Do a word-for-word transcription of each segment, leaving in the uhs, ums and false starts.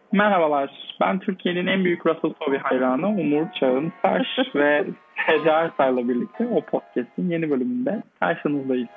Merhabalar, ben Türkiye'nin en büyük Russell Tovey hayranı Umur Çağın Taş ve Sece Ersay'la birlikte o podcast'in yeni bölümünde karşınızdayız.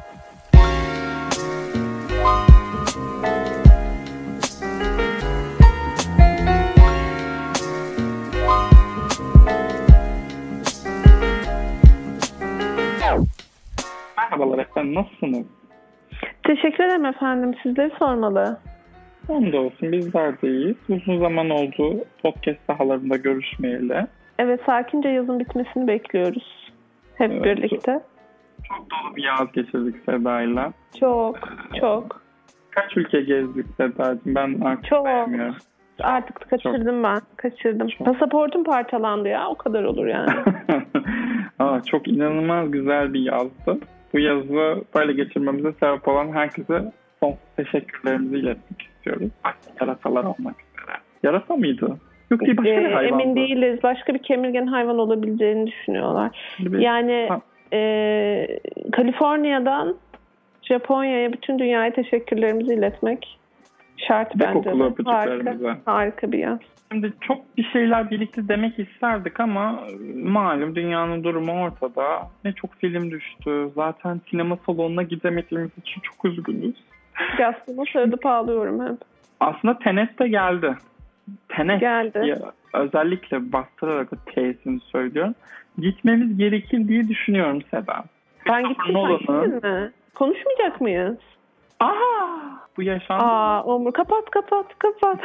Merhabalar efendim, nasılsınız? Teşekkür ederim efendim. Sizleri sormalı. Hamdolsun, bizler de iyiyiz. Uzun zaman oldu podcast sahalarında görüşmeyeli. Evet, sakince yazın bitmesini bekliyoruz. Hep Evet, birlikte. Çok dolu bir yaz geçirdik Seda'yla. Çok, çok. Kaç ülke gezdik Seda'cığım? Ben artık Çok. bilmiyorum. Artık kaçırdım ben. Kaçırdım. Çok. Pasaportum parçalandı ya. O kadar olur yani. Aa, çok inanılmaz güzel bir yazdı. Bu yazı böyle geçirmemize sebep olan herkese son teşekkürlerimizi iletmek istiyoruz. Yarasalar olmak üzere. Yarasa mıydı? Yok değil, başka bir Ee, hayvandı. emin değiliz. Başka bir kemirgen hayvan olabileceğini düşünüyorlar. Bir- Yani Ha. e, Kaliforniya'dan Japonya'ya bütün dünyaya teşekkürlerimizi iletmek şart Ve bence. kokulu de. öpücüklerimize. Harika, harika bir yaz. Şimdi çok bir şeyler birlikte demek isterdik ama malum dünyanın durumu ortada. Ne çok film düştü. Zaten sinema salonuna gidemediğimiz için çok üzgünüz. Yastığıma sarılıp ağlıyorum hep. Aslında Tenet de geldi. Tenet Geldi. diye özellikle bastırarak o T'sini söylüyorum. Gitmemiz gerekir diye düşünüyorum Seda. Ben gittim, sen gittin mi? Konuşmayacak mıyız? Aa, bu yaşandı. Aa, Umur kapat kapat kapat.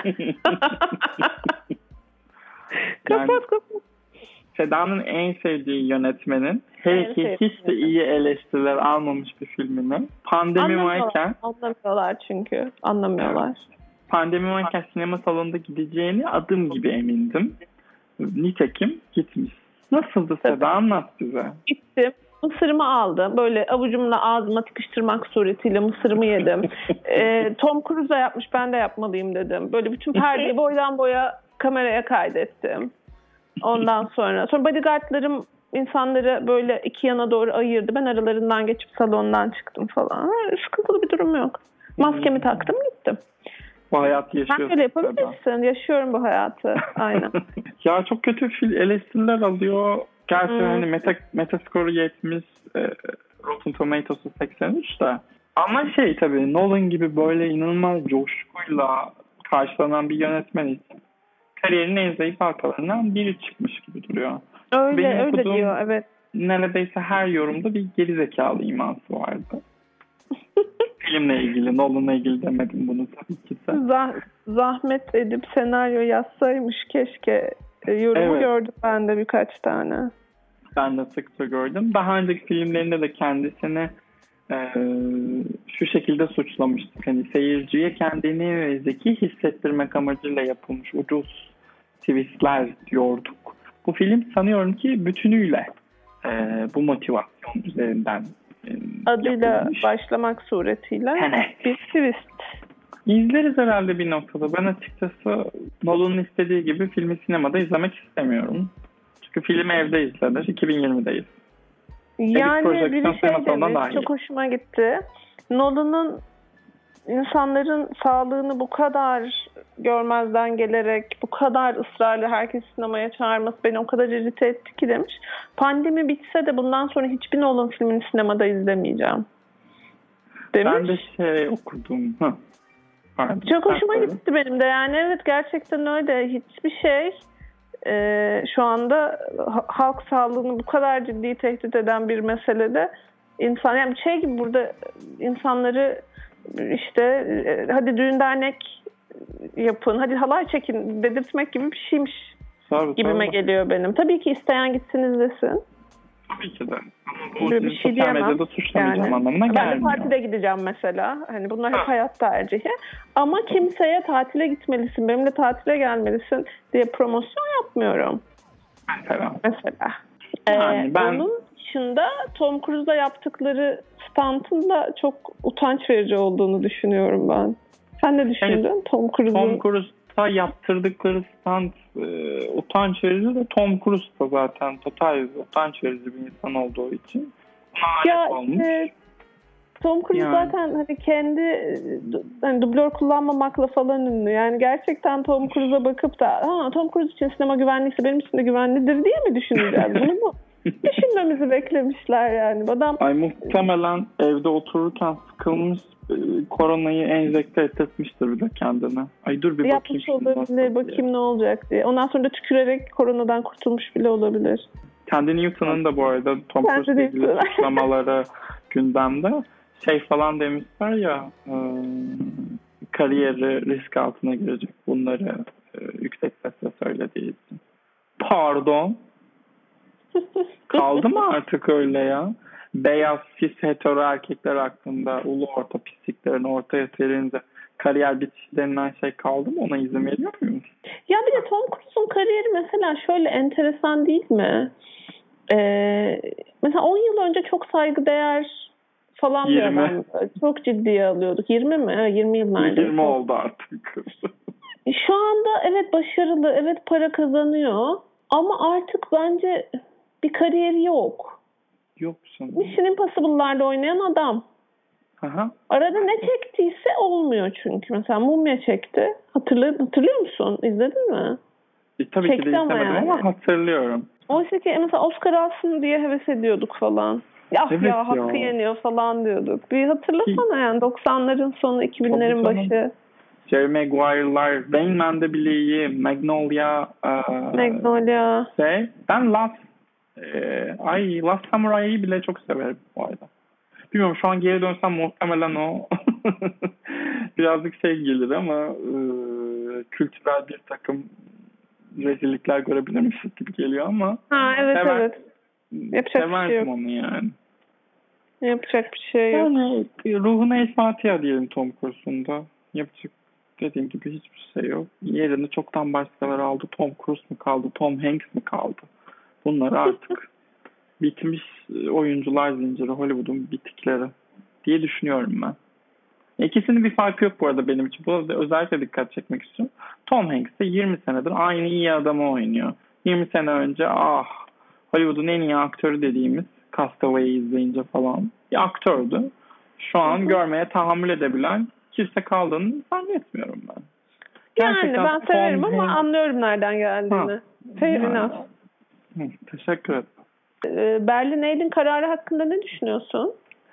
kapat Yani- kapat. Seda'nın en sevdiği yönetmenin hele ki sevdiğim hiç de iyi eleştiriler almamış bir filmini pandemi Anlamıyorlar. varken Anlamıyorlar çünkü. Anlamıyorlar. pandemi varken sinema salonunda gideceğini adım gibi emindim. Nitekim gitmiş. Nasıldı Tabii. Seda? Anlat bize. Gittim. Mısırımı aldım. Böyle avucumla ağzıma tıkıştırmak suretiyle mısırımı yedim. Ee, Tom Cruise da yapmış, ben de yapmalıyım dedim. Böyle bütün perdeyi boydan boya kameraya kaydettim. Ondan sonra. Sonra bodyguardlarım insanları böyle iki yana doğru ayırdı. Ben aralarından geçip salondan çıktım falan. Sıkıntılı bir durum yok. Maskemi taktım, gittim. Bu hayatı Sen yaşıyorsun öyle Seda. yapabilirsin. Yaşıyorum bu hayatı. Aynen. Ya çok kötü fil eleştiriler alıyor. Gerçi Hmm. hani meta, metaskoru yetmiş, e, Rotten Tomatoes'u seksen üç de. Ama şey tabii Nolan gibi böyle inanılmaz coşkuyla karşılanan bir yönetmen için kariyerinin en zayıf halkalarından biri çıkmış gibi duruyor. Öyle Benim öyle okuduğum- diyor, evet. Neredeyse her yorumda bir gerizekalı iması vardı. Filmle ilgili, Nolan'la ilgili demedim bunu tabii ki de. Zah- zahmet edip senaryo yazsaymış keşke. E, yorumu Evet. gördüm ben de birkaç tane. Ben de sıkça gördüm. Daha önceki filmlerinde de kendisini e, şu şekilde suçlamıştık. Hani seyirciye kendini zeki hissettirmek amacıyla yapılmış ucuz twistler diyorduk. Bu film sanıyorum ki bütünüyle e, bu motivasyon üzerinden e, Adıyla yapılmış. başlamak suretiyle Tenet. bir twist. İzleriz herhalde bir noktada. Ben açıkçası Nolan'ın istediği gibi filmi sinemada izlemek istemiyorum. Çünkü filmi evde izlenir. iki bin yirmideyiz. Yani projeksiyon bir şey sinemasından daha demiş, iyi. çok hoşuma gitti. Nolan'ın insanların sağlığını bu kadar görmezden gelerek, bu kadar ısrarla herkes sinemaya çağırması beni o kadar irite etti ki demiş. Pandemi bitse de bundan sonra hiçbir Nolan filmini sinemada izlemeyeceğim demiş. Ben de şey okudum. Hı. Pardon. Çok hoşuma Sen söyle. gitti benim de. Yani evet, gerçekten öyle. Hiçbir şey e, şu anda ha- halk sağlığını bu kadar ciddi tehdit eden bir meselede insan, yani şey gibi burada insanları işte e, hadi düğün dernek yapın, hadi halay çekin dedirtmek gibi bir şeymiş Tabii, gibime tabii. geliyor benim. Tabii ki isteyen gitsin izlesin. Tabii ki de. Ama bu Bir bir şey sosyal diyemem. medyada suçlamayacağım Yani, anlamına ben de gelmiyor. tatile gideceğim mesela. Hani bunlar hep Ha. hayat tercihi. Ama kimseye tatile gitmelisin, benimle tatile gelmelisin diye promosyon yapmıyorum. Mesela. Mesela. Yani Ee, ben- Onun dışında Tom Cruise'la yaptıkları stunt'ın da çok utanç verici olduğunu düşünüyorum ben. Sen ne düşündün? Tom Cruise'un Tom Cruise'da yaptırdıkları stunt e, utanç verici de Tom Cruise da zaten total utanç verici bir insan olduğu için buna alet ya olmuş. e, Tom Cruise Yani. zaten hani kendi hani dublör kullanmamakla falan ünlü. Yani gerçekten Tom Cruise'a bakıp da ha, Tom Cruise için sinema güvenliyse benim için de güvenlidir diye mi düşüneceğiz? Bunu mu düşünmemizi beklemişler yani. Adam Ay muhtemelen evde otururken sıkılmış, e, koronayı enjekte etmiştir bir de kendine. Ay dur bir yapmış bakayım. olabilir, bakayım ne olacak diye. Ondan sonra da tükürerek koronadan kurtulmuş bile olabilir. Candy Newton'un da bu arada Tom Candy Cruise'la ilgili Newton. suçlamaları gündemde. Şey falan demişler ya, e, kariyeri risk altına girecek bunları e, yüksek sesle söylediği için. Pardon. Kaldı mı artık öyle ya? Beyaz, cis, hetero erkekler hakkında ulu orta pisliklerini ortaya serince kariyer bitişi denilen şey kaldı mı? Ona izin veriyor muyuz? Ya bir de Tom Cruise'un kariyeri mesela şöyle enteresan değil mi? Ee, mesela on yıl önce çok saygıdeğer falan bir yirmi. adam. Çok ciddiye alıyorduk. yirmi mi? Evet, yirmi yıl neredeyse. yirmi oldu artık. Şu anda evet başarılı, evet para kazanıyor. Ama artık bence bir kariyeri yok. Yok sanırım. Mission Impossible'larda oynayan adam. Aha. Arada ne çektiyse olmuyor çünkü. Mesela Mumya çekti. Hatırlıyor, hatırlıyor musun? İzledin mi? E, tabii Çekti ki de ama izlemedim yani. ama hatırlıyorum. Oysa ki mesela Oscar alsın diye heves ediyorduk falan. Ya Evet ya ya. hakkı yeniyor falan diyorduk. Bir hatırlasana yani doksanların sonu iki binlerin Tabii canım. başı. Jerry Maguire'lar, Rain Man'de bile iyi, Magnolia, e, Magnolia. şey. Ben Last, e, ay Last Samurai'yi bile çok severim bu arada. Bilmiyorum şu an geri dönsem muhtemelen o birazcık şey gelir ama e, kültürel bir takım rezillikler görebilirmişiz gibi geliyor ama Ha evet sever, evet. Yapacak bir şey yok. onu yani. Yapacak bir şey yok. Yani ruhuna el Fatiha diyelim Tom Cruise'un da. Yapacak dediğim gibi hiçbir şey yok. Yerini çoktan başkaları aldı. Tom Cruise mu kaldı? Tom Hanks mi kaldı? Bunları artık bitmiş oyuncular zinciri, Hollywood'un bitikleri diye düşünüyorum ben. İkisinin bir farkı yok bu arada benim için. Bu da özellikle dikkat çekmek istiyorum. Tom Hanks de yirmi senedir aynı iyi adamı oynuyor. yirmi sene önce ah Hollywood'un en iyi aktörü dediğimiz Castaway'i izleyince falan bir aktördü. Şu an Hı-hı. görmeye tahammül edebilen kimse kaldığını zannetmiyorum ben. Yani ben severim ama Hanks... anlıyorum nereden geldiğini. Ha. Fair yani. enough. Hı, teşekkür ederim. Berlin Eylül kararı hakkında ne düşünüyorsun?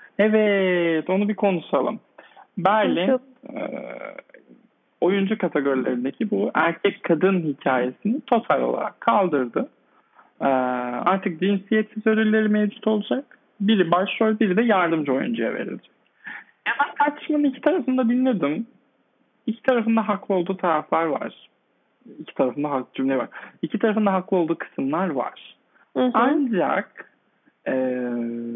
Evet, onu bir konuşalım. Berlin e, oyuncu kategorilerindeki bu erkek kadın hikayesini total olarak kaldırdı. E, artık cinsiyetsiz ödülleri mevcut olacak. Biri başrol, biri de yardımcı oyuncuya verilecek. Ya ben tartışmanın iki tarafında dinledim. İki tarafında haklı olduğu taraflar var. İki tarafında haklı cümle var. İki tarafında haklı olduğu kısımlar var. Hı hı. Ancak eee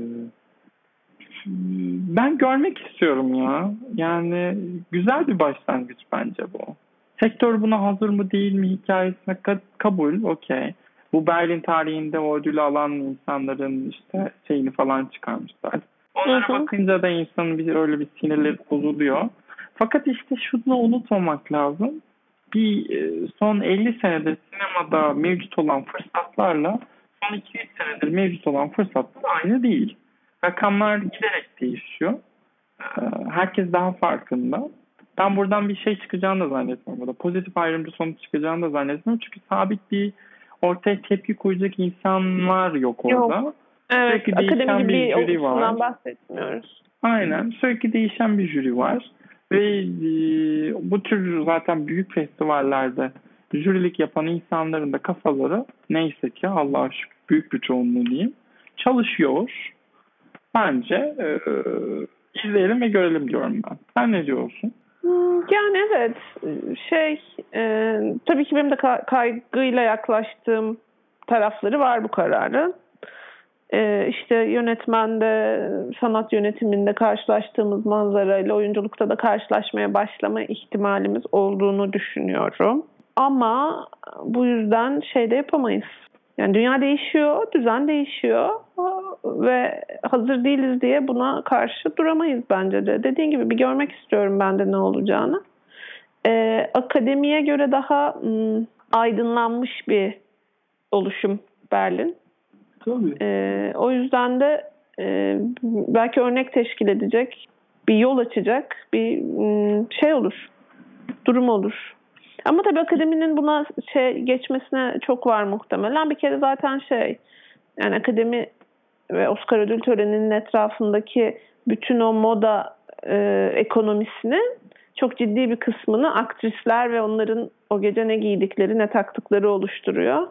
ben görmek istiyorum ya. Yani güzel bir başlangıç bence bu. Sektör buna hazır mı değil mi hikayesine kabul, okey. Bu Berlin tarihinde o ödülü alan insanların işte şeyini falan çıkarmışlar. Onlara hı hı. bakınca da insanın bir öyle bir sinirleri bozuluyor. Fakat işte şunu unutmamak lazım. Bir son elli senedir sinemada mevcut olan fırsatlarla son iki yüz senedir mevcut olan fırsatlar aynı değil. Rakamlar giderek değişiyor. Herkes daha farkında. Ben buradan bir şey çıkacağını da zannetmiyorum. Burada pozitif ayrımcı sonuç çıkacağını da zannetmiyorum. Çünkü sabit bir ortaya tepki koyacak insanlar yok orada. Yok. Evet, sürekli değişen bir, bir jüri var. bahsetmiyoruz. Aynen. Sürekli değişen bir jüri var. Ve e, bu tür zaten büyük festivallerde jürilik yapan insanların da kafaları neyse ki Allah'a şükür büyük bir çoğunluğu diyeyim çalışıyor. Bence e, izleyelim ve görelim diyorum ben. Sen ne diyorsun? Yani evet şey e, tabii ki benim de kaygıyla yaklaştığım tarafları var bu kararın. E, işte yönetmende, sanat yönetiminde karşılaştığımız manzarayla oyunculukta da karşılaşmaya başlama ihtimalimiz olduğunu düşünüyorum. Ama bu yüzden şey de yapamayız. Yani dünya değişiyor, düzen değişiyor ve hazır değiliz diye buna karşı duramayız bence de. Dediğin gibi bir görmek istiyorum ben de ne olacağını. Ee, akademiye göre daha ım, aydınlanmış bir oluşum Berlin. Tabii. Ee, o yüzden de e, belki örnek teşkil edecek, bir yol açacak bir şey olur, durum olur. Ama tabii akademinin buna şey geçmesine çok var muhtemelen. Bir kere zaten şey, yani akademi ve Oscar ödül töreninin etrafındaki bütün o moda e, ekonomisinin çok ciddi bir kısmını aktrisler ve onların o gece ne giydikleri, ne taktıkları oluşturuyor.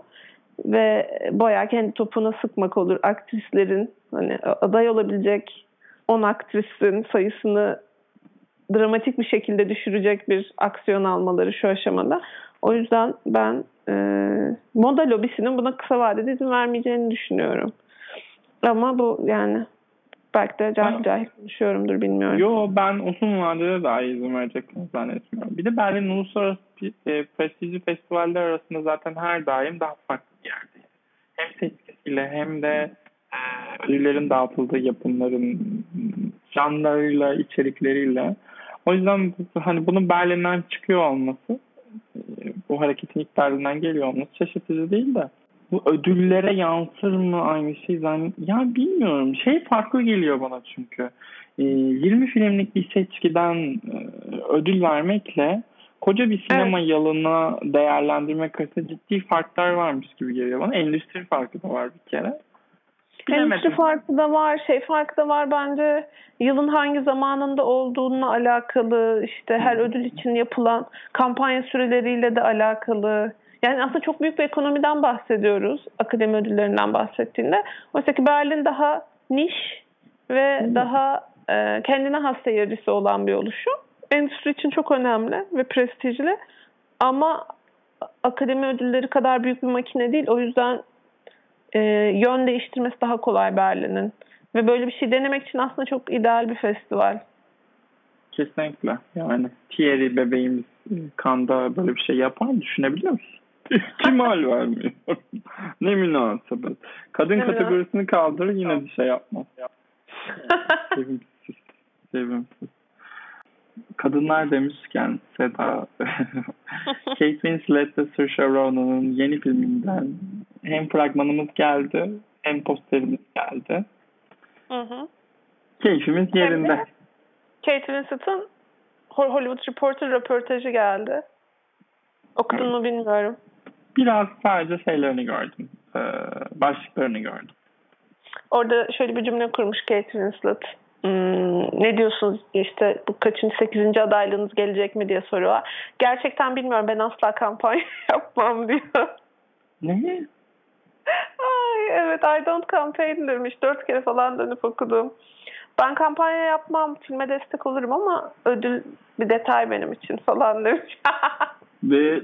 Ve bayağı kendi topuna sıkmak olur aktrislerin. Hani aday olabilecek on aktrisin sayısını dramatik bir şekilde düşürecek bir aksiyon almaları şu aşamada. O yüzden ben e, moda lobisinin buna kısa vadede izin vermeyeceğini düşünüyorum. Ama bu yani belki de cahil cahil konuşuyorumdur, bilmiyorum. Yo, ben uzun vadede daha izin vereceklerini zannetmiyorum. Bir de Berlin Uluslararası e, prestijli festivaller arasında zaten her daim daha farklı bir yerdeyiz. Hem seçkisiyle hem de e, ödüllerin dağıtıldığı yapımların canlarıyla, içerikleriyle. O yüzden hani bunun Berlin'den çıkıyor olması, e, bu hareketin ilk Berlin'den geliyor olması şaşırtıcı değil de. Bu ödüllere yansır mı aynı şey? Yani, ya bilmiyorum. Şey farklı geliyor bana çünkü. E, yirmi filmlik bir seçkiden e, ödül vermekle koca bir sinema evet. yılına değerlendirmek arasında ciddi farklar varmış gibi geliyor bana. Endüstri farkı da var bir kere. Bilemedim. Endüstri farkı da var, şey farkı da var bence. Yılın hangi zamanında olduğununla alakalı, işte her ödül için yapılan kampanya süreleriyle de alakalı. Yani aslında çok büyük bir ekonomiden bahsediyoruz, akademi ödüllerinden bahsettiğinde. Oysa ki Berlin daha niş ve hmm. daha e, kendine has seyircisi olan bir oluşum. Endüstri için çok önemli ve prestijli. Ama akademi ödülleri kadar büyük bir makine değil. O yüzden e, yön değiştirmesi daha kolay Berlin'in. Ve böyle bir şey denemek için aslında çok ideal bir festival. Kesinlikle. Yani Thierry bebeğimiz Cannes'da böyle bir şey yapar, düşünebiliyor musun? İhtimal vermiyor. Ne münasebet. Kadın ne kategorisini münasebet. Kaldırır yine bir şey yapmaz. Sevimsiz. Sevimsiz. Kadınlar demişken Seda Kate Winslet ve Saoirse Ronan'ın yeni filminden hem fragmanımız geldi hem posterimiz geldi. Hı hı. Keyfimiz yerinde. Kate Winslet'ın Hollywood Reporter röportajı geldi. Okudun evet. mu bilmiyorum. Biraz sadece şeylerini gördüm. Ee, başlıklarını gördüm. Orada şöyle bir cümle kurmuş Kate Winslet. Hmm, ne diyorsunuz işte bu kaçıncı sekizinci adaylığınız gelecek mi diye soruyorlar. Gerçekten bilmiyorum, ben asla kampanya yapmam diyor. Ne? Ay evet, I don't campaign demiş. Dört kere falan dönüp okudum. Ben kampanya yapmam, filme destek olurum ama ödül bir detay benim için falan demiş. Ve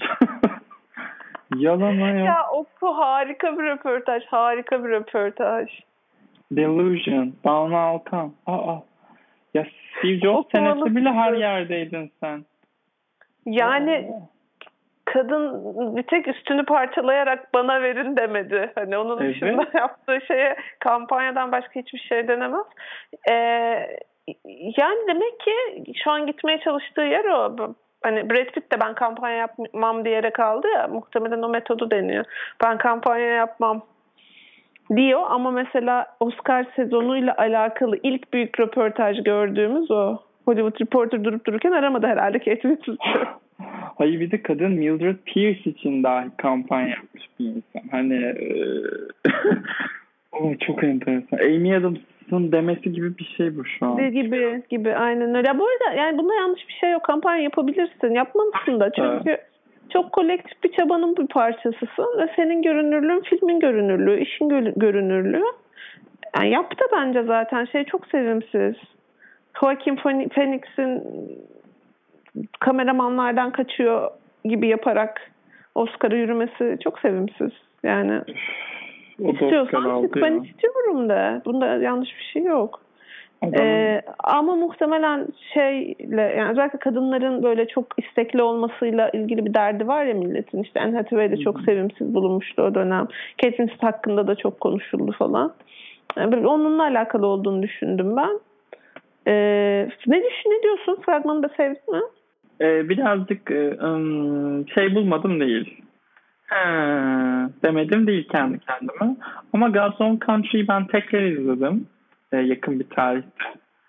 yalan ya. Ya oku, harika bir röportaj, harika bir röportaj. Delusion, Banu Alkan. Aa. Ya Steve Jobs senesi bile her yerdeydin sen. Yani Aa. kadın bir tek üstünü parçalayarak bana verin demedi. Hani onun evet. dışında yaptığı şeye kampanyadan başka hiçbir şey denemez. Ee, yani demek ki şu an gitmeye çalıştığı yer o. Hani Brad Pitt de ben kampanya yapmam diyerek kaldı ya, muhtemelen o metodu deniyor. Ben kampanya yapmam diyor ama mesela Oscar sezonuyla alakalı ilk büyük röportaj gördüğümüz o. Hollywood Reporter durup dururken aramadı herhalde Kate Winslet'ı. Hayır, bir de kadın Mildred Pierce için dahi kampanya yapmış bir insan. Hani e... oh, çok enteresan. Amy Adams'ın demesi gibi bir şey bu şu an. De gibi gibi aynen öyle. Ya bu arada yani bunda yanlış bir şey yok. Kampanya yapabilirsin. Yapmalısın da çünkü evet. çok kolektif bir çabanın bir parçasısın ve senin görünürlüğün filmin görünürlüğü, işin görünürlüğü. Yani yaptı bence zaten. Şey çok sevimsiz. Joaquin Phoenix'in kameramanlardan kaçıyor gibi yaparak Oscar'a yürümesi çok sevimsiz. Yani o istiyorsan çık, ben istiyorum de. Bunda yanlış bir şey yok. Ee, ama muhtemelen şeyle, yani özellikle kadınların böyle çok istekli olmasıyla ilgili bir derdi var ya milletin. İşte Anne Hathaway de çok sevimsiz bulunmuştu o dönem. Kate Winslet hakkında da çok konuşuldu falan. Yani onunla alakalı olduğunu düşündüm ben. Ee, ne düşün, ne diyorsun? Fragmanı da sevdin mi? Ee, birazcık ım, şey bulmadım değil. Ha, demedim değil kendi kendime. Ama God's Own Country'yi ben tekrar izledim. Ee, yakın bir tarihte.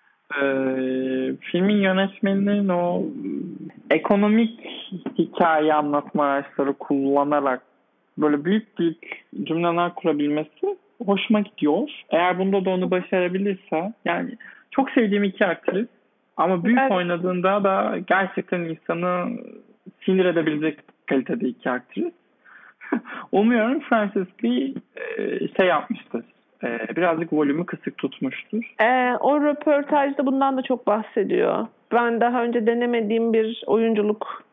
Ee, filmin yönetmeninin o ekonomik hikaye anlatma araçları kullanarak böyle büyük büyük cümleler kurabilmesi hoşuma gidiyor. Eğer bunda da onu başarabilirse, yani çok sevdiğim iki aktris ama büyük Evet. oynadığında da gerçekten insanı sinir edebilecek kalitede iki aktris. Umuyorum Frances Lee e, şey yapmıştır. E, birazcık volümü kısık tutmuştur. Ee, o röportajda bundan da çok bahsediyor. Ben daha önce denemediğim bir oyunculuk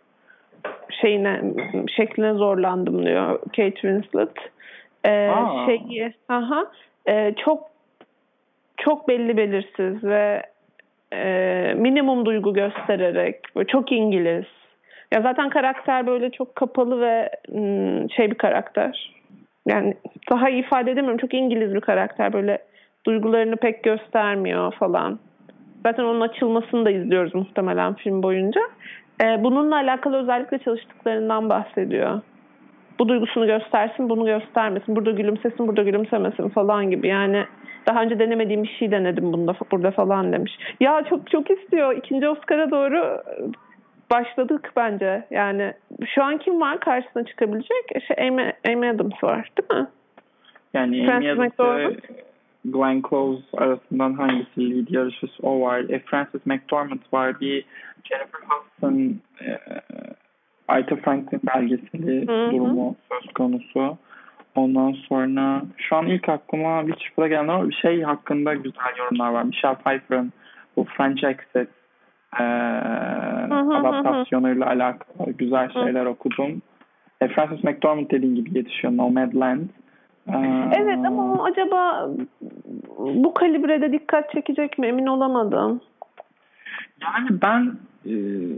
şeyine şekline zorlandım diyor Kate Winslet. Ee, Aa. şeyi, aha, e, çok çok belli belirsiz ve e, minimum duygu göstererek böyle çok İngiliz. Ya zaten karakter böyle çok kapalı ve ım, şey bir karakter. Yani daha iyi ifade edemiyorum. Çok İngiliz bir karakter. Böyle duygularını pek göstermiyor falan. Zaten onun açılmasını da izliyoruz muhtemelen film boyunca. Ee, bununla alakalı özellikle çalıştıklarından bahsediyor. Bu duygusunu göstersin, bunu göstermesin. Burada gülümsesin, burada gülümsemesin falan gibi. Yani daha önce denemediğim bir şey denedim bunda, burada falan demiş. Ya çok çok istiyor. İkinci Oscar'a doğru başladık bence. Yani şu an kim var karşısına çıkabilecek? Şey, Amy, Amy Adams var değil mi? Yani Amy Adams ve Glenn Close arasından hangisi lead yarışısı o var. E, Frances McDormand var. Bir Jennifer Hudson e, Aretha Franklin belgeseli Hı hı. durumu söz konusu. Ondan sonra şu an ilk aklıma bir çıpıra gelen var. Bir şey hakkında güzel yorumlar var. Michelle Pfeiffer'ın bu French Exit e, adaptasyonuyla alakalı güzel şeyler okudum. E, Frances McDormand dediğin gibi yetişiyor. Nomadland. Ee, Evet ama o acaba bu kalibrede dikkat çekecek mi emin olamadım. Yani ben e,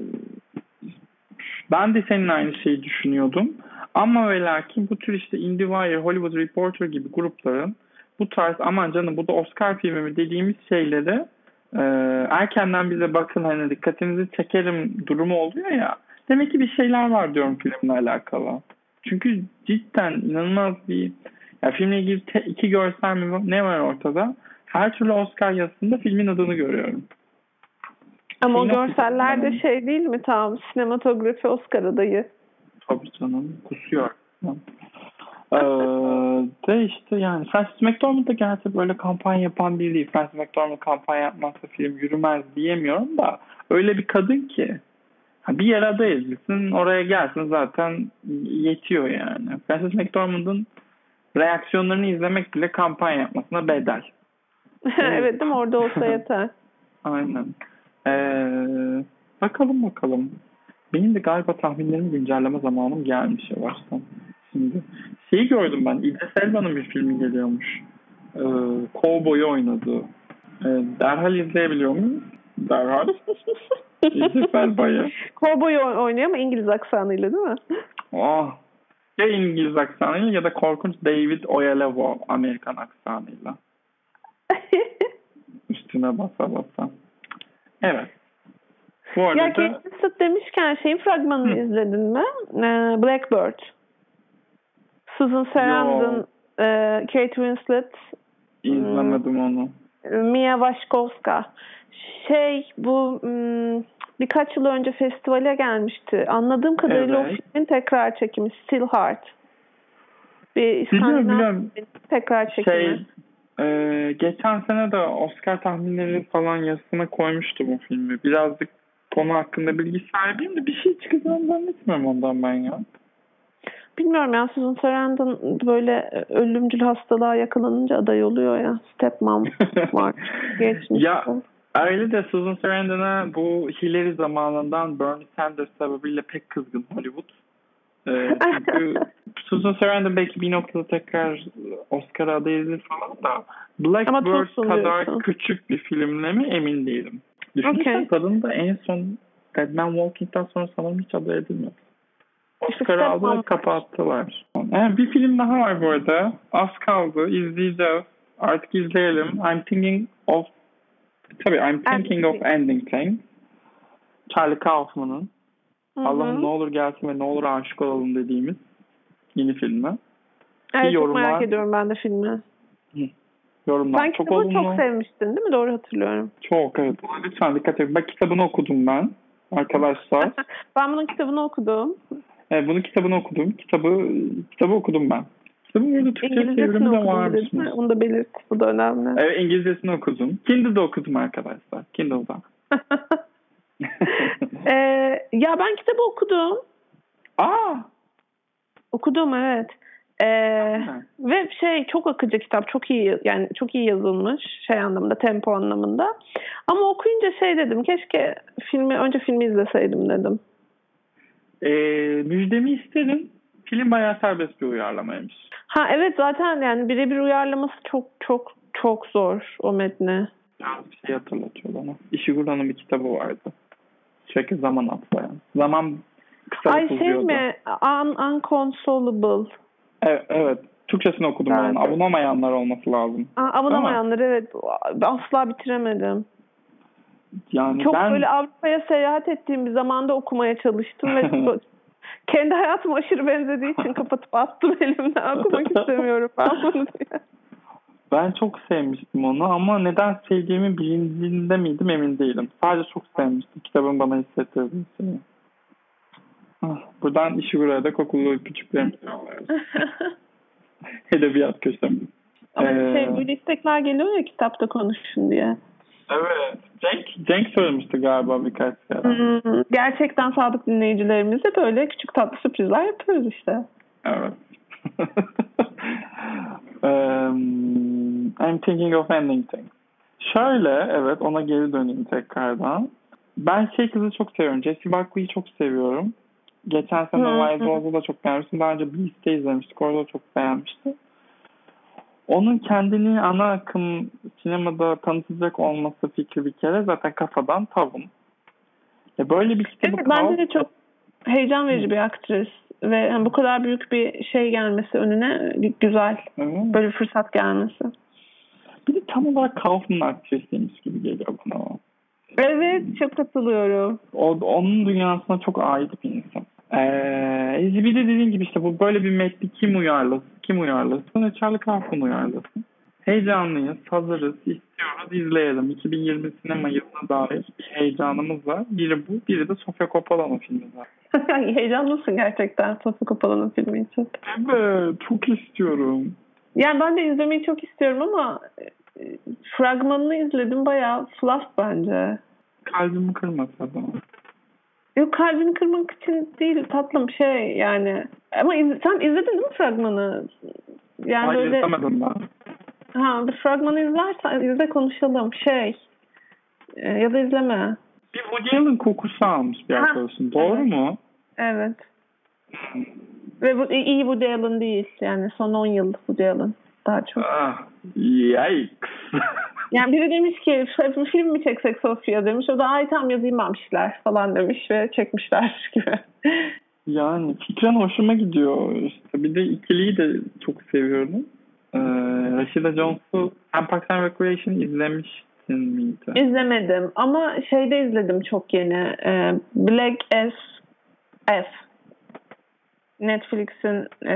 ben de senin aynı şeyi düşünüyordum. Ama ve lakin bu tür işte IndieWire, Hollywood Reporter gibi grupların bu tarz aman canım bu da Oscar filmi mi dediğimiz şeyleri e, erkenden bize bakın hani dikkatinizi çekerim durumu oluyor ya. Demek ki bir şeyler var diyorum filmle alakalı. Çünkü cidden inanılmaz bir ya filmle ilgili te, iki görsel mi ne var ortada? Her türlü Oscar yazısında filmin adını görüyorum. Ama Film o görseller de şey değil mi tam sinematografi Oscar adayı. Tabii canım kusuyor. Ee, de işte yani Frances McDormand da gerçi böyle kampanya yapan biri değil. Frances McDormand kampanya yapmazsa film yürümez diyemiyorum da öyle bir kadın ki bir yer aday edilsin oraya gelsin zaten yetiyor yani. Frances McDormand'ın reaksiyonlarını izlemek bile kampanya yapmasına bedel. Evet değil mi? Orada olsa yeter. Aynen. Ee, bakalım bakalım. Benim de galiba tahminlerimi güncelleme zamanım gelmiş yavaştan. Şimdi şeyi gördüm ben. İdris Elba'nın bir filmi geliyormuş. Ee, Cowboy'u oynadığı. Ee, derhal izleyebiliyor muyum? Derhal. İdris Elba'yı. Cowboy oynuyor ama İngiliz aksanıyla değil mi? Oh. Ya İngiliz aksanıyla ya da korkunç David Oyelowo Amerikan aksanıyla. Üstüne basa basa. Evet. Bu arada ya Kate Winslet demişken şeyin fragmanını Hı. izledin mi? Ee, Blackbird. Susan Sarandon, e, Kate Winslet. İzlemedim hmm, onu. Mia Wasikowska. Şey bu hmm, birkaç yıl önce festivale gelmişti. Anladığım kadarıyla evet. O filmin tekrar çekimi. Still Heart. Bir İskandinav tekrar çekimi. Şey, e, geçen sene de Oscar tahminleri falan yazısına koymuştu bu filmi. Birazcık konu hakkında bilgi sahibiyim de bir şey çıkacağını zannetmiyorum ondan ben ya. Bilmiyorum ya Susan Sarandon böyle ölümcül hastalığa yakalanınca aday oluyor ya. Stepmom var. Geçmiş. Ya öyle de Susan Sarandon'a bu Hillary zamanından Bernie Sanders sebebiyle pek kızgın Hollywood. Ee, çünkü Susan Sarandon belki bir noktada tekrar Oscar'a aday edilir falan da Blackbird kadar diyorsun. Küçük bir filmle mi emin değilim. Düşünürsen okay. Kadın da en son Dead Man Walking'den sonra sanırım hiç aday edilmedi. Oscar'ı aldı ve kapattılar. Yani bir film daha var bu arada. Az kaldı. İzleyeceğiz. Artık izleyelim. I'm thinking of tabii I'm thinking of ending things. Charlie Kaufman'ın Allah'ım ne olur gelsin ve ne olur aşık olalım dediğimiz yeni filmi. Evet, çok yorumlar, merak ediyorum ben de filmi. yorumlar Sen çok kitabı olumlu. çok sevmiştin değil mi? Doğru hatırlıyorum. Çok, evet. Lütfen dikkat edin. Bak, kitabını okudum ben arkadaşlar. Ben bunun kitabını okudum. Evet, bunun kitabını okudum. Kitabı kitabı okudum ben. Kitabın böyle Türkçe İngilizcesini çevrimi de okudum varmış. dedim mi? Onu da belirt. Bu da önemli. Evet, İngilizcesini okudum. Kindle'da okudum arkadaşlar. Kindle'da. ee, ya ben kitabı okudum. Aa! Okudum, evet. Ee, ve şey, çok akıcı kitap, çok iyi, yani çok iyi yazılmış şey anlamında, tempo anlamında. Ama okuyunca şey dedim, keşke filmi önce filmi izleseydim dedim. Ee, müjdemi isterim. Film bayağı serbest bir uyarlamaymış. Ha evet, zaten yani birebir uyarlaması çok çok çok zor o metni. Yani bir şey hatırlatıyor bana. Ishiguro'nun bir kitabı vardı. Sürekli zaman atlayan. Zaman kısa Ay uzuyordu. şey mi? Un Unconsolable. Evet, evet. Türkçesini okudum Evet. ben. Avunamayanlar olması lazım. Aa, Avunamayanlar, evet. Asla bitiremedim. Yani çok ben... böyle Avrupa'ya seyahat ettiğim bir zamanda okumaya çalıştım ve kendi hayatıma aşırı benzediği için kapatıp attım elimden. Okumak istemiyorum ben bunu diye. Ben çok sevmiştim onu ama neden sevdiğimi bilincinde miydim emin değilim. Sadece çok sevmiştim. Kitabın bana hissettirdiği şeyi. Buradan Ishiguro'ya da kokulu öpücüklerimi yolluyoruz. Edebiyat köşemiz. Ama ee... şey, böyle istekler geliyor ya kitapta konuşun diye. Evet. Cenk, Cenk söylemişti galiba birkaç kere. Hmm, gerçekten sadık dinleyicilerimizle böyle küçük tatlı sürprizler yapıyoruz işte. Evet. um, I'm thinking of ending things. Şöyle, evet, ona geri döneyim tekrardan. Ben şey kızı çok seviyorum. Jessie Buckley'i çok seviyorum. Geçen sene Wild Rose'u da çok beğenmiştim. Daha önce Beast'te izlemiştik. Orada çok beğenmiştim. Onun kendini ana akım sinemada tanıtacak olması fikri bir kere zaten kafadan tavun. E böyle bir kitabı evet, bence de çok heyecan verici bir aktris. Ve yani bu kadar büyük bir şey gelmesi önüne güzel. Evet. Böyle bir fırsat gelmesi. Bir de tam olarak Kaufman aktrisiymiş gibi geliyor bana o. Evet, çok katılıyorum. O, onun dünyasına çok ait bir insan. Ee, bir de dediğin gibi işte bu böyle bir metni kim uyarlasın, kim uyarlasın? Charlie Kaufman uyarlasın. Heyecanlıyız, hazırız, istiyoruz, izleyelim. iki bin yirmi sinema yılına dair bir heyecanımız var. Biri bu, biri de Sofia Coppola'nın filmi var. Heyecanlısın gerçekten Sofia Coppola'nın filmi için. Evet, çok istiyorum. Yani ben de izlemeyi çok istiyorum ama fragmanını izledim, bayağı fluff bence. Kalbimi kırmasa da. Yok, kalbini kırmak için değil tatlım, şey yani. Ama iz, sen izledin değil mi fragmanı? Yani Hayır, böyle... izlemedim ben. Ha, bir fragmanı izlersen izle, konuşalım. Şey e, ya da izleme. Bir Woody Allen kokusu almış bir arkadaşım. Doğru evet. mu? Evet. Hmm. Ve bu iyi Woody Allen değil. Yani son on yıl Woody Allen daha çok. Ah, yikes. Yani biri demiş ki film mi çeksek Sofia demiş. O da ay tam yazayım ben şeyler falan demiş ve çekmişler gibi. Yani fikren hoşuma gidiyor. İşte bir de ikiliyi de çok seviyorum. Ee, Rashida Jones'u hem Parks and Recreation izlemiştin miydi? İzlemedim ama şeyde izledim çok yeni. Ee, Black as F. Netflix'in e,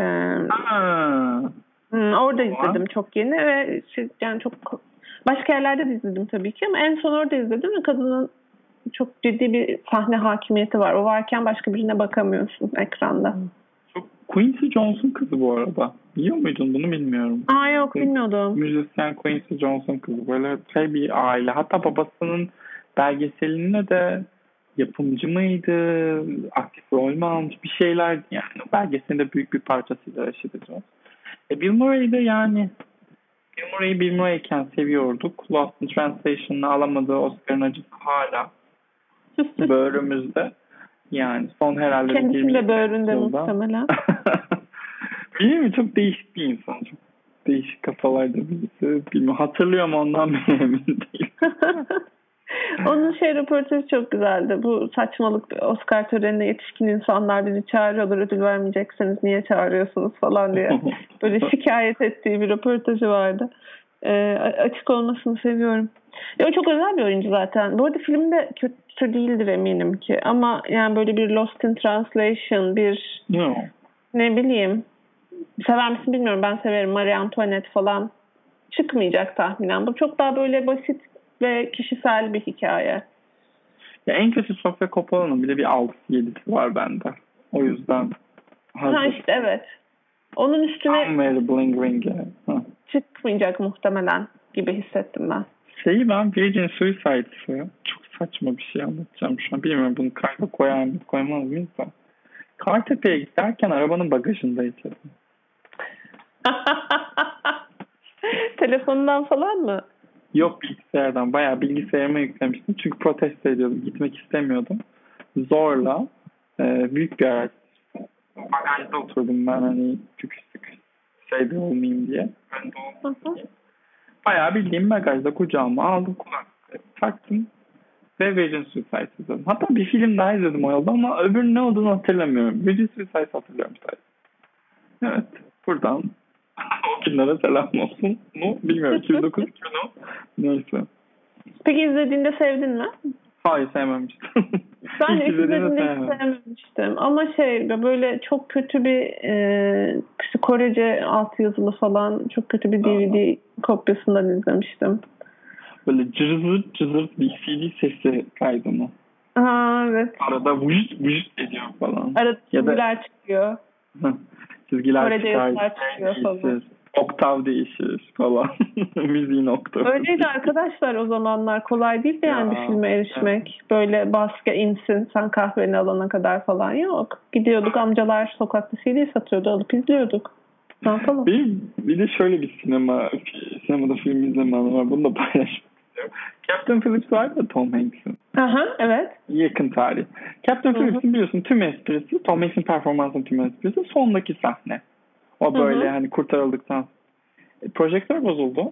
hmm, orada izledim çok yeni ve şey, yani çok başka yerlerde de izledim tabii ki ama en son orada izledim ve kadının çok ciddi bir sahne hakimiyeti var. O varken başka birine bakamıyorsun ekranda. Çok Quincy Jones'un kızı bu arada. Biliyor muydun bunu, bilmiyorum. Aa yok, bilmiyordum. Müzisyen Quincy Jones'un kızı. Böyle şey bir aile. Hatta babasının belgeseline de yapımcı mıydı? Aktif rol mü almış? Bir şeyler yani. Belgeselin de büyük bir parçasıydı Rashida Jones. E, Bill Murray'i de yani Bill Murray'i Bill Murray'ken seviyorduk. Lost in Translation'la alamadığı Oscar'ın acısı hala böğrümüzde. Yani son herhalde kendisinin de böğründe muhtemelen. Değil mi? Çok değişik bir insan. Çok değişik kafalarda birisi. Bilmiyorum. Hatırlıyorum, ondan bile emin değilim. Onun şey röportajı çok güzeldi. Bu saçmalık Oscar törenine yetişkin insanlar bizi çağırıyorlar, ödül vermeyecekseniz niye çağırıyorsunuz falan diye. Böyle şikayet ettiği bir röportajı vardı. Ee, açık olmasını seviyorum. Ya, o çok özel bir oyuncu zaten. Bu arada filmde kötü değildir eminim ki. Ama yani böyle bir Lost in Translation, bir no. ne bileyim Sever misin bilmiyorum. Ben severim. Marie Antoinette falan çıkmayacak tahminen. Bu çok daha böyle basit ve kişisel bir hikaye. Ya en kötü Sofia Coppola'nın bile bir altısı yedisi var bende. O yüzden hazır. Ha işte evet. Onun üstüne Somewhere Bling Ring'e. çıkmayacak muhtemelen gibi hissettim ben. Şeyi ben Virgin Suicide'sı çok saçma bir şey anlatacağım şu an. Bilmiyorum bunu kayda koyar mıyız koymaz mıyız da. Kartepe'ye giderken arabanın bagajında içerim. Telefonundan falan mı? Yok bilgisayardan. Bayağı bilgisayarıma yüklemiştim. Çünkü protesto ediyordum. Gitmek istemiyordum. Zorla e, büyük bir araç. Bagajda oturdum ben hani çıkıştık şeyde olmayayım diye. Önde olmayayım diye. Bayağı bildiğim bagajda kucağıma aldım kulaklığı taktım ve Virgin Suicide izledim. Hatta bir film daha izledim o yolda ama öbürünün ne olduğunu hatırlamıyorum. Virgin Suicide hatırlıyorum sadece. Evet. Buradan o günlere selam olsun mu bilmiyorum. iki bin dokuz iki bin on neyse. Peki izlediğinde sevdin mi? Hayır sevmemiştim. Ben de İlk izlediğimde izlediğinde hiç sevmedim. sevmemiştim. Ama şey böyle çok kötü bir e, işte Korece altyazılı falan çok kötü bir D V D kopyasından izlemiştim. Böyle cızırt cızırt bir C D sesi kaydı mı? Aa evet. Arada vıcıt vıcıt ediyor falan. Arada Ya da- çizgiler çıkıyor. Çizgiler Korece çıkar, yazılar çıkıyor falan. değişir, oktav değişir falan. Müziğin oktavı. Öyleydi arkadaşlar o zamanlar. Kolay değildi yani Ya, bir filme erişmek. Böyle baskı insin sen kahveni alana kadar falan yok. Gidiyorduk amcalar sokakta C D satıyordu alıp izliyorduk. Ne yapalım? Benim bir de şöyle bir sinema, sinemada film izleme anı var. Bunu da paylaşmak istiyorum. Captain Phillips var ya Tom Hanks'in. Aha evet. Yakın tarih. Captain Hı hı. Phillips'in biliyorsun tüm esprisi, Tom Hanks'in performansının tüm esprisi sondaki sahne. O böyle Hı hı. hani kurtarıldıktan e, projektör bozuldu.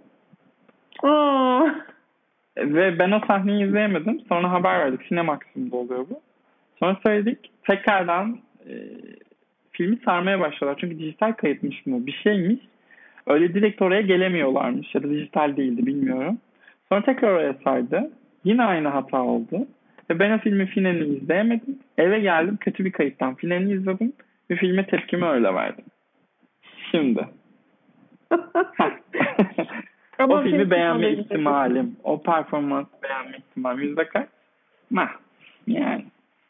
Aa. Ve ben o sahneyi izleyemedim. Sonra haber verdik. Cinemax'ımda oluyor bu. Sonra söyledik. Tekrardan e, filmi sarmaya başladılar. Çünkü dijital kayıtmış mı? Bir şeymiş. Öyle direkt oraya gelemiyorlarmış. Ya da dijital değildi bilmiyorum. Sonra tekrar oraya sardı. Yine aynı hata oldu. Ve ben o filmin finalini izleyemedim. Eve geldim. Kötü bir kayıttan finalini izledim. Ve filme tepkimi öyle verdim. Şimdi. Ama O filmi film beğenme finali ihtimalim, o performans beğenme ihtimalim yüzde kaç? Mah. Yani.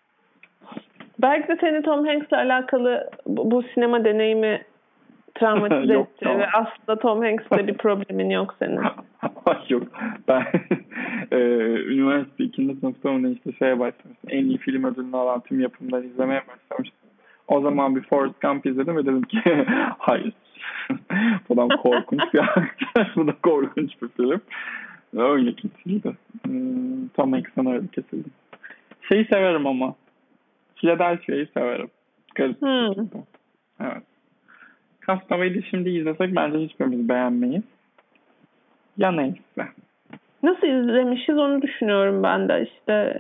Belki de seni Tom Hanks'le alakalı bu, bu sinema deneyimi travmatize Yok, etti tamam. ve aslında Tom Hanks'le bir problemin yok senin. Yok. Ben e, üniversite ikinci sınıfta mı ne işte şeye başlamıştım. En iyi film ödülünü alan tüm yapımları izlemeye başlamıştım. O zaman bir Forrest Gump izledim ve dedim ki hayır. Bu da korkunç bir aktör. Bu da korkunç bir film. Öyle kesildi. Hmm, Tom Hanks'ten öyle kesildi. Şeyi severim ama. Philadelphia'yı severim. Garip bir Hmm. şekilde. Evet. Castaway'ı da şimdi izlesek bence hiçbirimiz beğenmeyiz. Ya neyse. Nasıl izlemişiz onu düşünüyorum ben de işte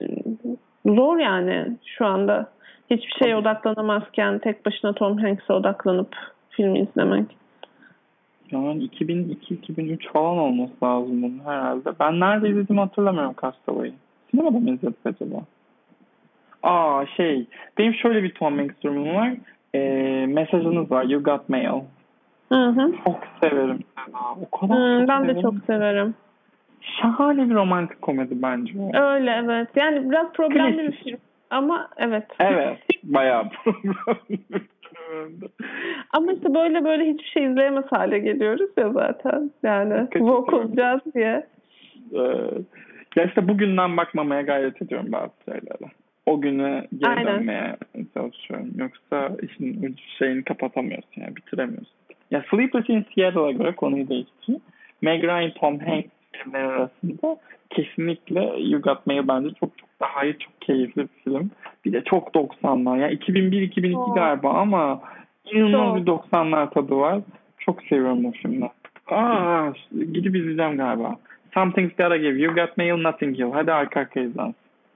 zor yani şu anda hiçbir şeye odaklanamazken tek başına Tom Hanks'e odaklanıp film izlemek. Yani iki bin iki iki bin üç falan olması lazım bunun herhalde. Ben nerede izlediğimi hatırlamıyorum Castaway'ı. Sinemada mı izledik acaba? Aa şey. Benim şöyle bir Tom Hanks durumum var. Ee, mesajınız var. You Got Mail. Hı hı. Çok severim. O kadar Hmm, çok ben de severim. çok severim. Şahane bir romantik komedi bence o. Öyle evet. Yani biraz problemli bir Klasik. film ama evet. Evet. Bayağı problemli. Ama işte böyle böyle hiçbir şey izleyemez hale geliyoruz ya zaten. Yani woke olacağız diye. Evet. Ya işte bugünden bakmamaya gayret ediyorum bazı şeylere. O güne geri Aynen. dönmeye çalışıyorum. Yoksa işin ucu şeyini kapatamıyorsun yani bitiremiyorsun. Ya Sleepless in Seattle'a göre konuyu değiştireyim. Meg Ryan, Tom Hanks filmleri arasında kesinlikle You Got Mail bence çok çok daha iyi, çok keyifli bir film. Bir de çok doksanlar. Yani iki bin bir iki bin iki Oh. galiba ama inanılmaz Çok. bir doksanlar tadı var. Çok seviyorum o filmi. Aa, gidip izleyeceğim galiba. Something's Gotta Give. You Got Mail, Nothing Hill. Hadi arka arkaya izlen.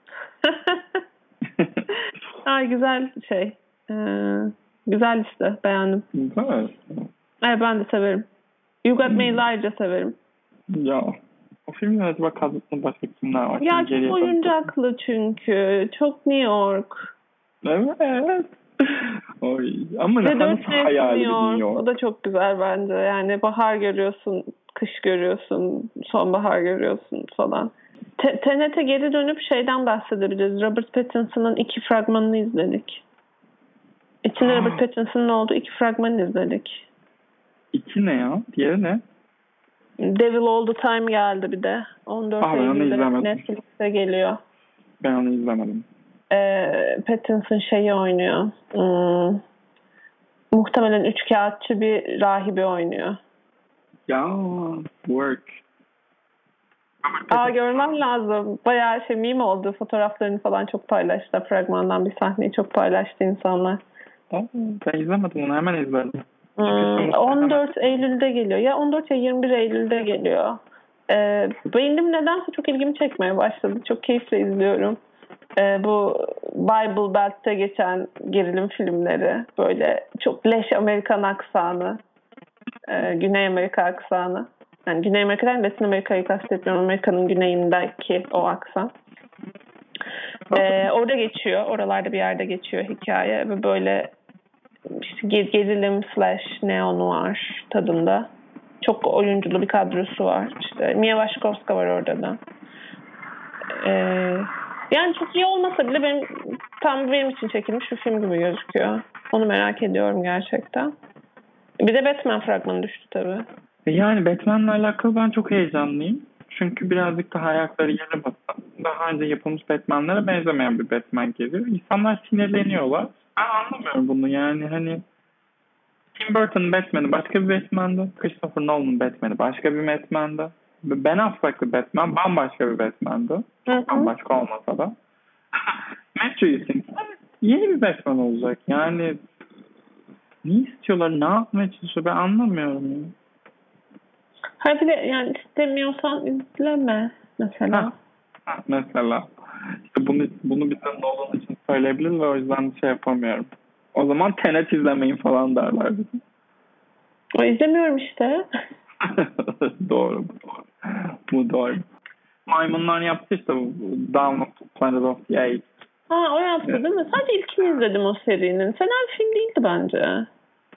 Ay güzel şey. Ee, güzel liste. Beğendim. Evet. Evet ben de severim. You Got Mail'i ayrıca severim. Ya. O filmin acaba kadrosunda başka kimler var? Ya Şimdi geriye çok oyuncaklı çünkü. Çok New York. dönüp- Evet. Oy. Ama Ve daha dört nasıl hayal mevsim New ediliyor? York. O da çok güzel bence. Yani bahar görüyorsun, kış görüyorsun, sonbahar görüyorsun falan. Te- T N T'e geri dönüp şeyden bahsedebiliriz. Robert Pattinson'ın iki fragmanını izledik. İçinde Aa. Robert Pattinson'ın olduğu iki fragmanı izledik. İki ne ya? Diğeri ne? Devil All The Time geldi bir de. on dört Ah, ben onu Eylül'de izlemedim. Netflix'te geliyor. Ben onu izlemedim. Ee, Pattinson şeyi oynuyor. Hmm, muhtemelen üçkağıtçı bir rahibi oynuyor. Ya work. Aa, görmem lazım. Bayağı şey meme oldu. Fotoğraflarını falan çok paylaştı. Fragmandan bir sahneyi çok paylaştı insanlar. Aa, ben izlemedim onu, hemen izledim. Hmm, on dört Eylül'de geliyor. Ya on dört ya yirmi bir Eylül'de geliyor. Ee, benim nedense çok ilgimi çekmeye başladı. Çok keyifle izliyorum. Ee, bu Bible Belt'te geçen gerilim filmleri. Böyle çok leş Amerikan aksanı. Ee, Güney Amerika aksanı. Yani Güney Amerika'dan Latin Amerika'yı kastetmiyorum. Amerika'nın güneyindeki o aksan. Ee, orada geçiyor. Oralarda bir yerde geçiyor hikaye. Ve böyle işte gerilim slash neo-noir tadında. Çok oyunculu bir kadrosu var. İşte Mia Wasikowska var orada da. Ee, yani çok iyi olmasa bile benim, tam benim için çekilmiş bir film gibi gözüküyor. Onu merak ediyorum gerçekten. Bir de Batman fragmanı düştü tabii. Yani Batman'le alakalı ben çok heyecanlıyım. Çünkü birazcık daha ayakları yere basan, daha önce yapılmış Batman'lere benzemeyen bir Batman geliyor. İnsanlar sinirleniyorlar. Ben anlamıyorum bunu yani, hani Tim Burton'un Batman'i başka bir Batman'dı. Christopher Nolan'ın Batman'i başka bir Batman'dı. Ben Affleck'li Batman bambaşka bir Batman'dı. Çok bambaşka olmasa da. Matt Reeves'in yeni bir Batman olacak. Yani ne istiyorlar, ne yapmaya çalışıyor, ben anlamıyorum ya. Ha bir de yani istemiyorsan izleme mesela. Ha, ha, mesela. İşte bunu, bunu bir de Nolan için söyleyebiliriz ve o yüzden şey yapamıyorum. O zaman Tenet izlemeyin falan derler bize. O izlemiyorum işte. Doğru bu doğru. Bu doğru. Maymunlar yaptı işte bu Dawn of the Planet of the Apes. Ha, o yaptı Evet. değil mi? Sadece ilkini izledim o serinin. Fena bir film değildi bence.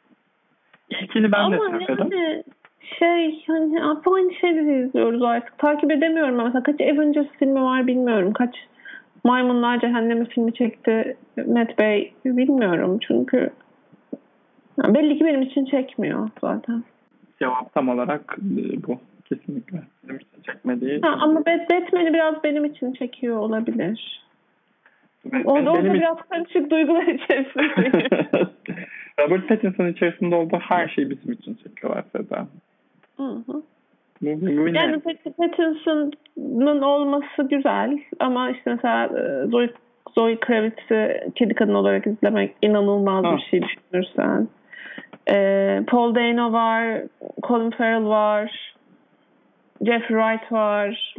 İlkini ben Ama de sevdim. yani şey hani aynı şeyleri izliyoruz artık. Takip edemiyorum ben. Mesela kaç Avengers filmi var bilmiyorum. Kaç Maymunlar Cehennemi filmi çekti Matt Bey bilmiyorum. Çünkü yani belli ki benim için çekmiyor zaten. Cevap tam olarak bu. Kesinlikle. Benim için çekmediği. Ha, ama Batman'i biraz benim için çekiyor olabilir. Batman Orada, orada benim... biraz karışık duygular içerisindeyim. Robert Pattinson'ın içerisinde olduğu her şeyi bizim için çekiyorlar Seda. Hı hı. Bu, bu, bu yani Pattinson'ın olması güzel ama işte mesela Zoe, Zoe Kravitz'i kedi kadın olarak izlemek inanılmaz ha. bir şey düşünürsen. Ee, Paul Dano var, Colin Farrell var, Jeffrey Wright var.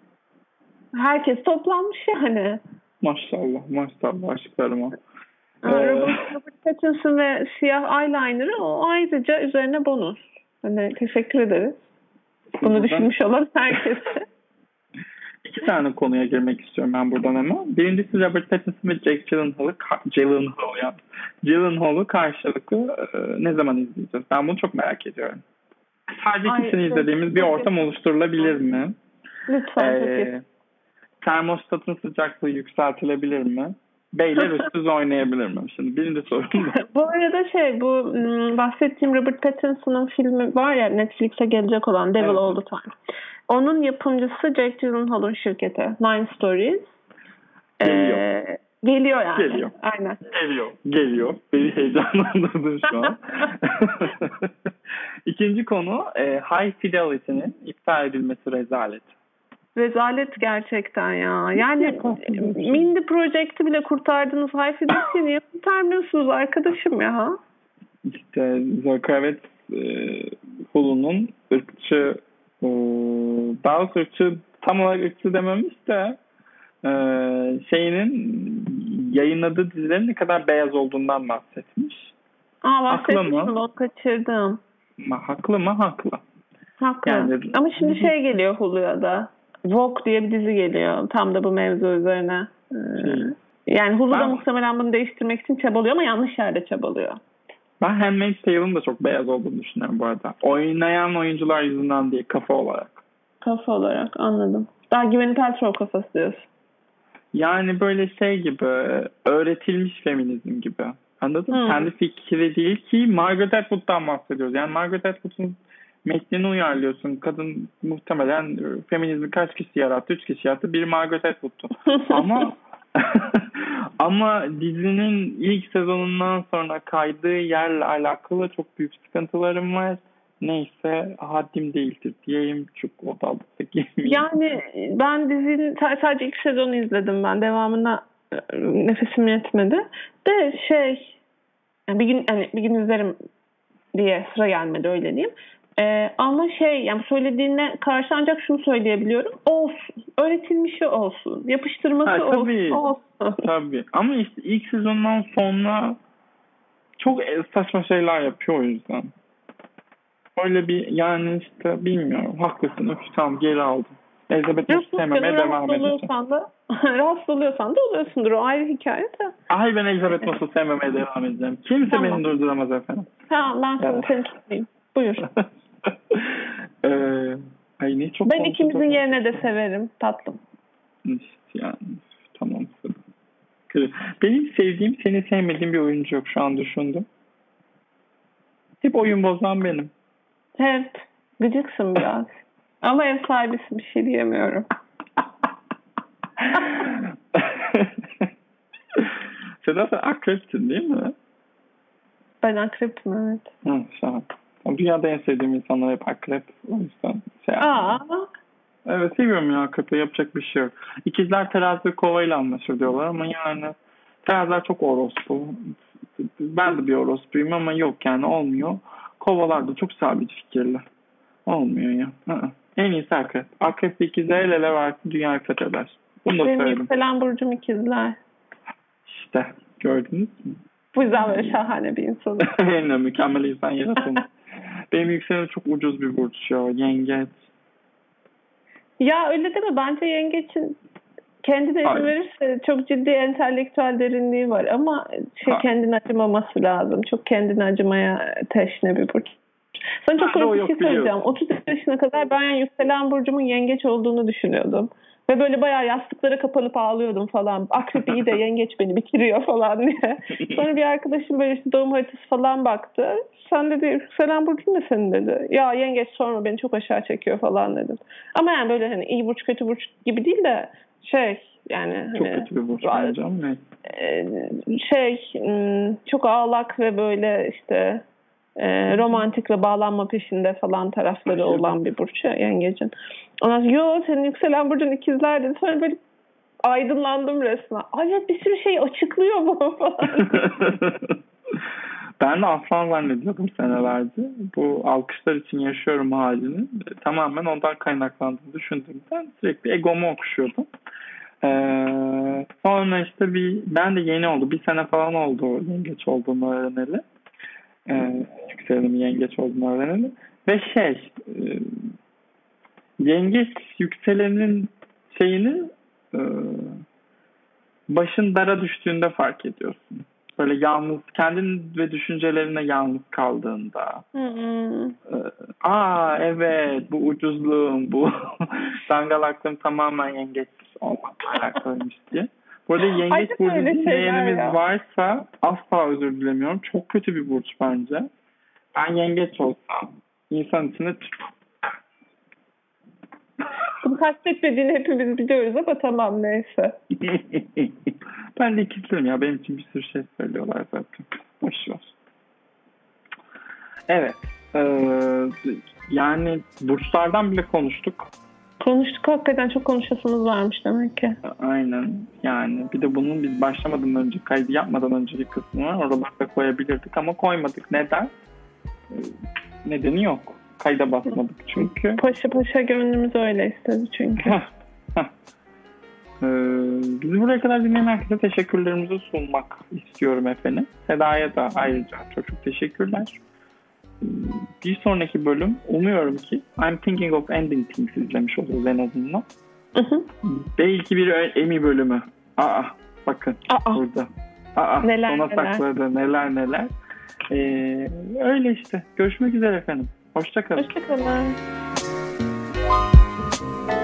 Herkes toplanmış yani. Maşallah, maşallah aşklarıma. Ee, Robert, Robert Pattinson ve siyah eyeliner'ı o ayrıca üzerine bonus. Hani teşekkür ederiz. Bunu buradan düşünmüş olan herkese. İki tane konuya girmek istiyorum ben buradan hemen. Birincisi Robert Pattinson ve Jake Gyllenhaal'ı Gyllenhaal ya. Gyllenhaal'ı karşılıklı e, ne zaman izleyeceğiz? Ben bunu çok merak ediyorum. Sadece Ay, ikisini evet, izlediğimiz bir ortam oluşturulabilir mi? Lütfen. Ee, termostatın sıcaklığı yükseltilebilir mi? Beyler üstsüz oynayabilir mi? Şimdi birinci sorun bu. Bu arada şey bu bahsettiğim Robert Pattinson'ın filmi var ya Netflix'e gelecek olan Devil evet. All The Time. Onun yapımcısı Jake Gyllenhaal'ın şirketi Nine Stories. Geliyor. Ee, geliyor yani. Geliyor. Aynen. Geliyor. Geliyor. Beni heyecanlandırdı şu an. İkinci konu e, High Fidelity'nin iptal edilmesi rezalet. Rezalet gerçekten ya. Yani Mindy Project'i bile kurtardınız. High Fidelity'yi niye kurtarmıyorsunuz arkadaşım ya? İşte Zoe Kravitz e, Hulu'nun ırkçı e, daha doğrusu ırkçı tam olarak ırkçı dememiş de e, şeyinin yayınladığı dizilerin ne kadar beyaz olduğundan bahsetmiş. Aa, bahsetmiş mi? Onu kaçırdım. Ma, haklı mı? Haklı. Haklı. Yani, ama şimdi şey geliyor Hulu'ya da. Vogue diye bir dizi geliyor. Tam da bu mevzu üzerine. Şey, Yani Hulu da Ben- muhtemelen bunu değiştirmek için çabalıyor ama yanlış yerde çabalıyor. Ben Handmaid's Tale'ın da çok beyaz olduğunu düşünüyorum bu arada. Oynayan oyuncular yüzünden değil, kafa olarak. Kafa olarak anladım. Daha Gwyneth Paltrow kafası diyorsun. Yani böyle şey gibi, öğretilmiş feminizm gibi. Anladın mı? Hmm. Kendi fikri değil ki, Margaret Atwood'dan bahsediyoruz. Yani Margaret Atwood'un metnini uyarlıyorsun. Kadın muhtemelen e, feminizmi kaç kişi yarattı? Üç kişi yarattı. Biri Margaret Atwood'tu. Ama ama dizinin ilk sezonundan sonra kaydığı yerle alakalı çok büyük sıkıntılarım var. Neyse, haddim değildir diyeyim. Çok odalıkta girmeyeyim. Yani ben dizinin sa- sadece ilk sezonu izledim ben. Devamına e, nefesim yetmedi. De şey yani bir gün hani bir gün izlerim diye sıra gelmedi öyle diyeyim. Ee, ama şey yani söylediğine karşı ancak şunu söyleyebiliyorum. Olsun. Öğretilmişi olsun. Yapıştırması Ha, tabii. olsun. olsun. Tabii. Ama işte ilk sezondan sonra çok saçma şeyler yapıyor o yüzden. Öyle bir yani işte bilmiyorum. Haklısın. Öf, tamam geri aldım. Elizabeth Moss'u sevmemeye devam rahatsız edeceğim. oluyorsan da rahatsız oluyorsan da oluyorsundur. O ayrı hikaye de. Ay ben Elizabeth Moss'u sevmemeye devam edeceğim. Kimse Tamam. beni durduramaz efendim. Tamam ben sana Evet. seni tutmayayım. Buyur. ee, ay ne çok Ben ikimizin konuştuk. yerine de severim tatlım. İşte yani tamam. Benim sevdiğim, seni sevmediğim bir oyuncu yok şu an düşündüm. Hep oyun bozan benim. Hep gıcıksın biraz. Ama ev sahibisin bir şey diyemiyorum. Seda sen akrepsin değil mi? Ben akrepim evet. Hı, şahane. Dünyada en sevdiğim insanlar hep akrep. O yüzden şey Aa, evet seviyorum ya akreple, yapacak bir şey yok. İkizler terazi kovayla anlaşır diyorlar ama yani teraziler çok orospu. Ben de bir orospuyum ama yok yani olmuyor. Kovalar da çok sabit fikirli. Olmuyor ya. Hı-hı. En iyisi akrep. Akrep ve ikizler el ele versin dünyayı fetheder. Bunu da benim söyledim. yükselen burcum ikizler. İşte gördünüz mü? Bu yüzden böyle şahane bir insanım. En mükemmel insan yaratılmış. Benim yükselenim çok ucuz bir burç ya. Yengeç. Ya öyle deme. Bence yengeçin kendine izin Hayır. verirse çok ciddi entelektüel derinliği var. Ama şey Ha. kendine acımaması lazım. Çok kendine acımaya teşne bir burç. Sana çok Ben de o komik bir yok, şey söyleyeceğim. biliyorsun. otuz yaşına kadar ben yükselen burcumun yengeç olduğunu düşünüyordum. Ve böyle bayağı yastıklara kapanıp ağlıyordum falan. Akrep iyi de yengeç beni bitiriyor falan diye. Sonra bir arkadaşım böyle işte doğum haritası falan baktı. Sen dedi yükselen burcun ne senin dedi. Ya yengeç sorma beni çok aşağı çekiyor falan dedim. Ama yani böyle hani iyi burç kötü burç gibi değil de şey yani Çok hani, kötü bir burç bence ama ne? e, şey hmm, çok ağlak ve böyle işte e, romantik ve bağlanma peşinde falan tarafları olan bir burç yengecin. Ondan sonra yo senin yükselen burcun ikizler dedi. Sonra böyle aydınlandım resmen. Ay evet bir sürü şey açıklıyor bu falan. Ben de aslan zannediyordum senelerce. Bu alkışlar için yaşıyorum halini. Tamamen ondan kaynaklandığını düşündüğümden sürekli egomu okşuyordum. Ee, sonra işte bir ben de yeni oldu. Bir sene falan oldu yengeç olduğunu öğreneli. Ee, yükselenimin yengeç olduğunu öğreneli. Ve şey e, yengeç yükselenin şeyini e, başın dara düştüğünde fark ediyorsun. Böyle yalnız, kendin ve düşüncelerine yalnız kaldığında. Hmm. Ee, Aa evet bu ucuzluğum, bu dangalaklığım tamamen yengeç olmakla alakalıymış diye. Bu arada yengeç Acaba burcu öyle şeyler dinleyenimiz ya. varsa asla özür dilemiyorum. Çok kötü bir burç bence. Ben yengeç olsam insan içine çıkmam. Bunu kastetmediğini hepimiz biliyoruz ama tamam neyse. Ben de ikizlerim ya. Benim için bir sürü şey söylüyorlar zaten. Boşver. Evet. Ee, yani burçlardan bile konuştuk. Konuştuk hakikaten çok konuşasımız varmış demek ki. Aynen. Yani bir de bunun biz başlamadan önce, kaydı yapmadan önceki kısmı var. Oralarda koyabilirdik ama koymadık. Neden? Ee, nedeni yok. Kayda basmadık çünkü. Paşa paşa gönlümüz öyle istedi çünkü. Heh, heh. Ee, bizi buraya kadar dinleyen herkese teşekkürlerimizi sunmak istiyorum efendim. Seda'ya da ayrıca çok çok teşekkürler. Ee, bir sonraki bölüm umuyorum ki I'm Thinking of Ending Things izlemiş oluruz en azından. Hı hı. Belki bir Emmy bölümü. Aa, Bakın Aa, burada. Aa, neler sona neler. sakladı neler neler. Ee, öyle işte. Görüşmek üzere efendim. Hoşça kalın. Hoşçakalın.